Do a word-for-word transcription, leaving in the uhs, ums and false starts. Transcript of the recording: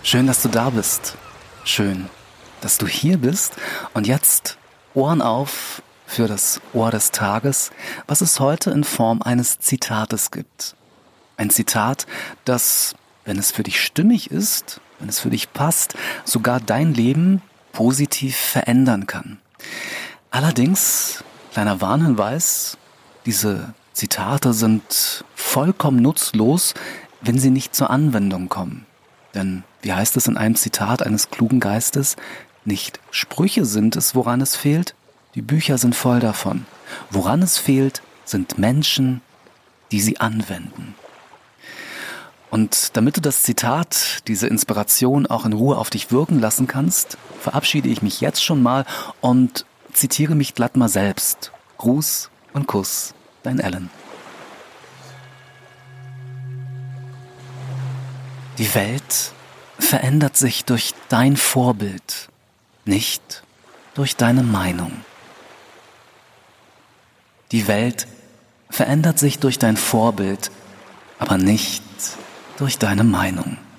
Schön, dass du da bist. Schön, dass du hier bist. Und jetzt Ohren auf für das Ohr des Tages, was es heute in Form eines Zitates gibt. Ein Zitat, das, wenn es für dich stimmig ist, wenn es für dich passt, sogar dein Leben positiv verändern kann. Allerdings, kleiner Warnhinweis, diese Zitate sind vollkommen nutzlos, wenn sie nicht zur Anwendung kommen. Denn, wie heißt es in einem Zitat eines klugen Geistes, nicht Sprüche sind es, woran es fehlt, die Bücher sind voll davon. Woran es fehlt, sind Menschen, die sie anwenden. Und damit du das Zitat, diese Inspiration auch in Ruhe auf dich wirken lassen kannst, verabschiede ich mich jetzt schon mal und zitiere mich glatt mal selbst. Gruß und Kuss, dein Alan. Die Welt verändert sich durch dein Vorbild, nicht durch deine Meinung. Die Welt verändert sich durch dein Vorbild, aber nicht durch deine Meinung.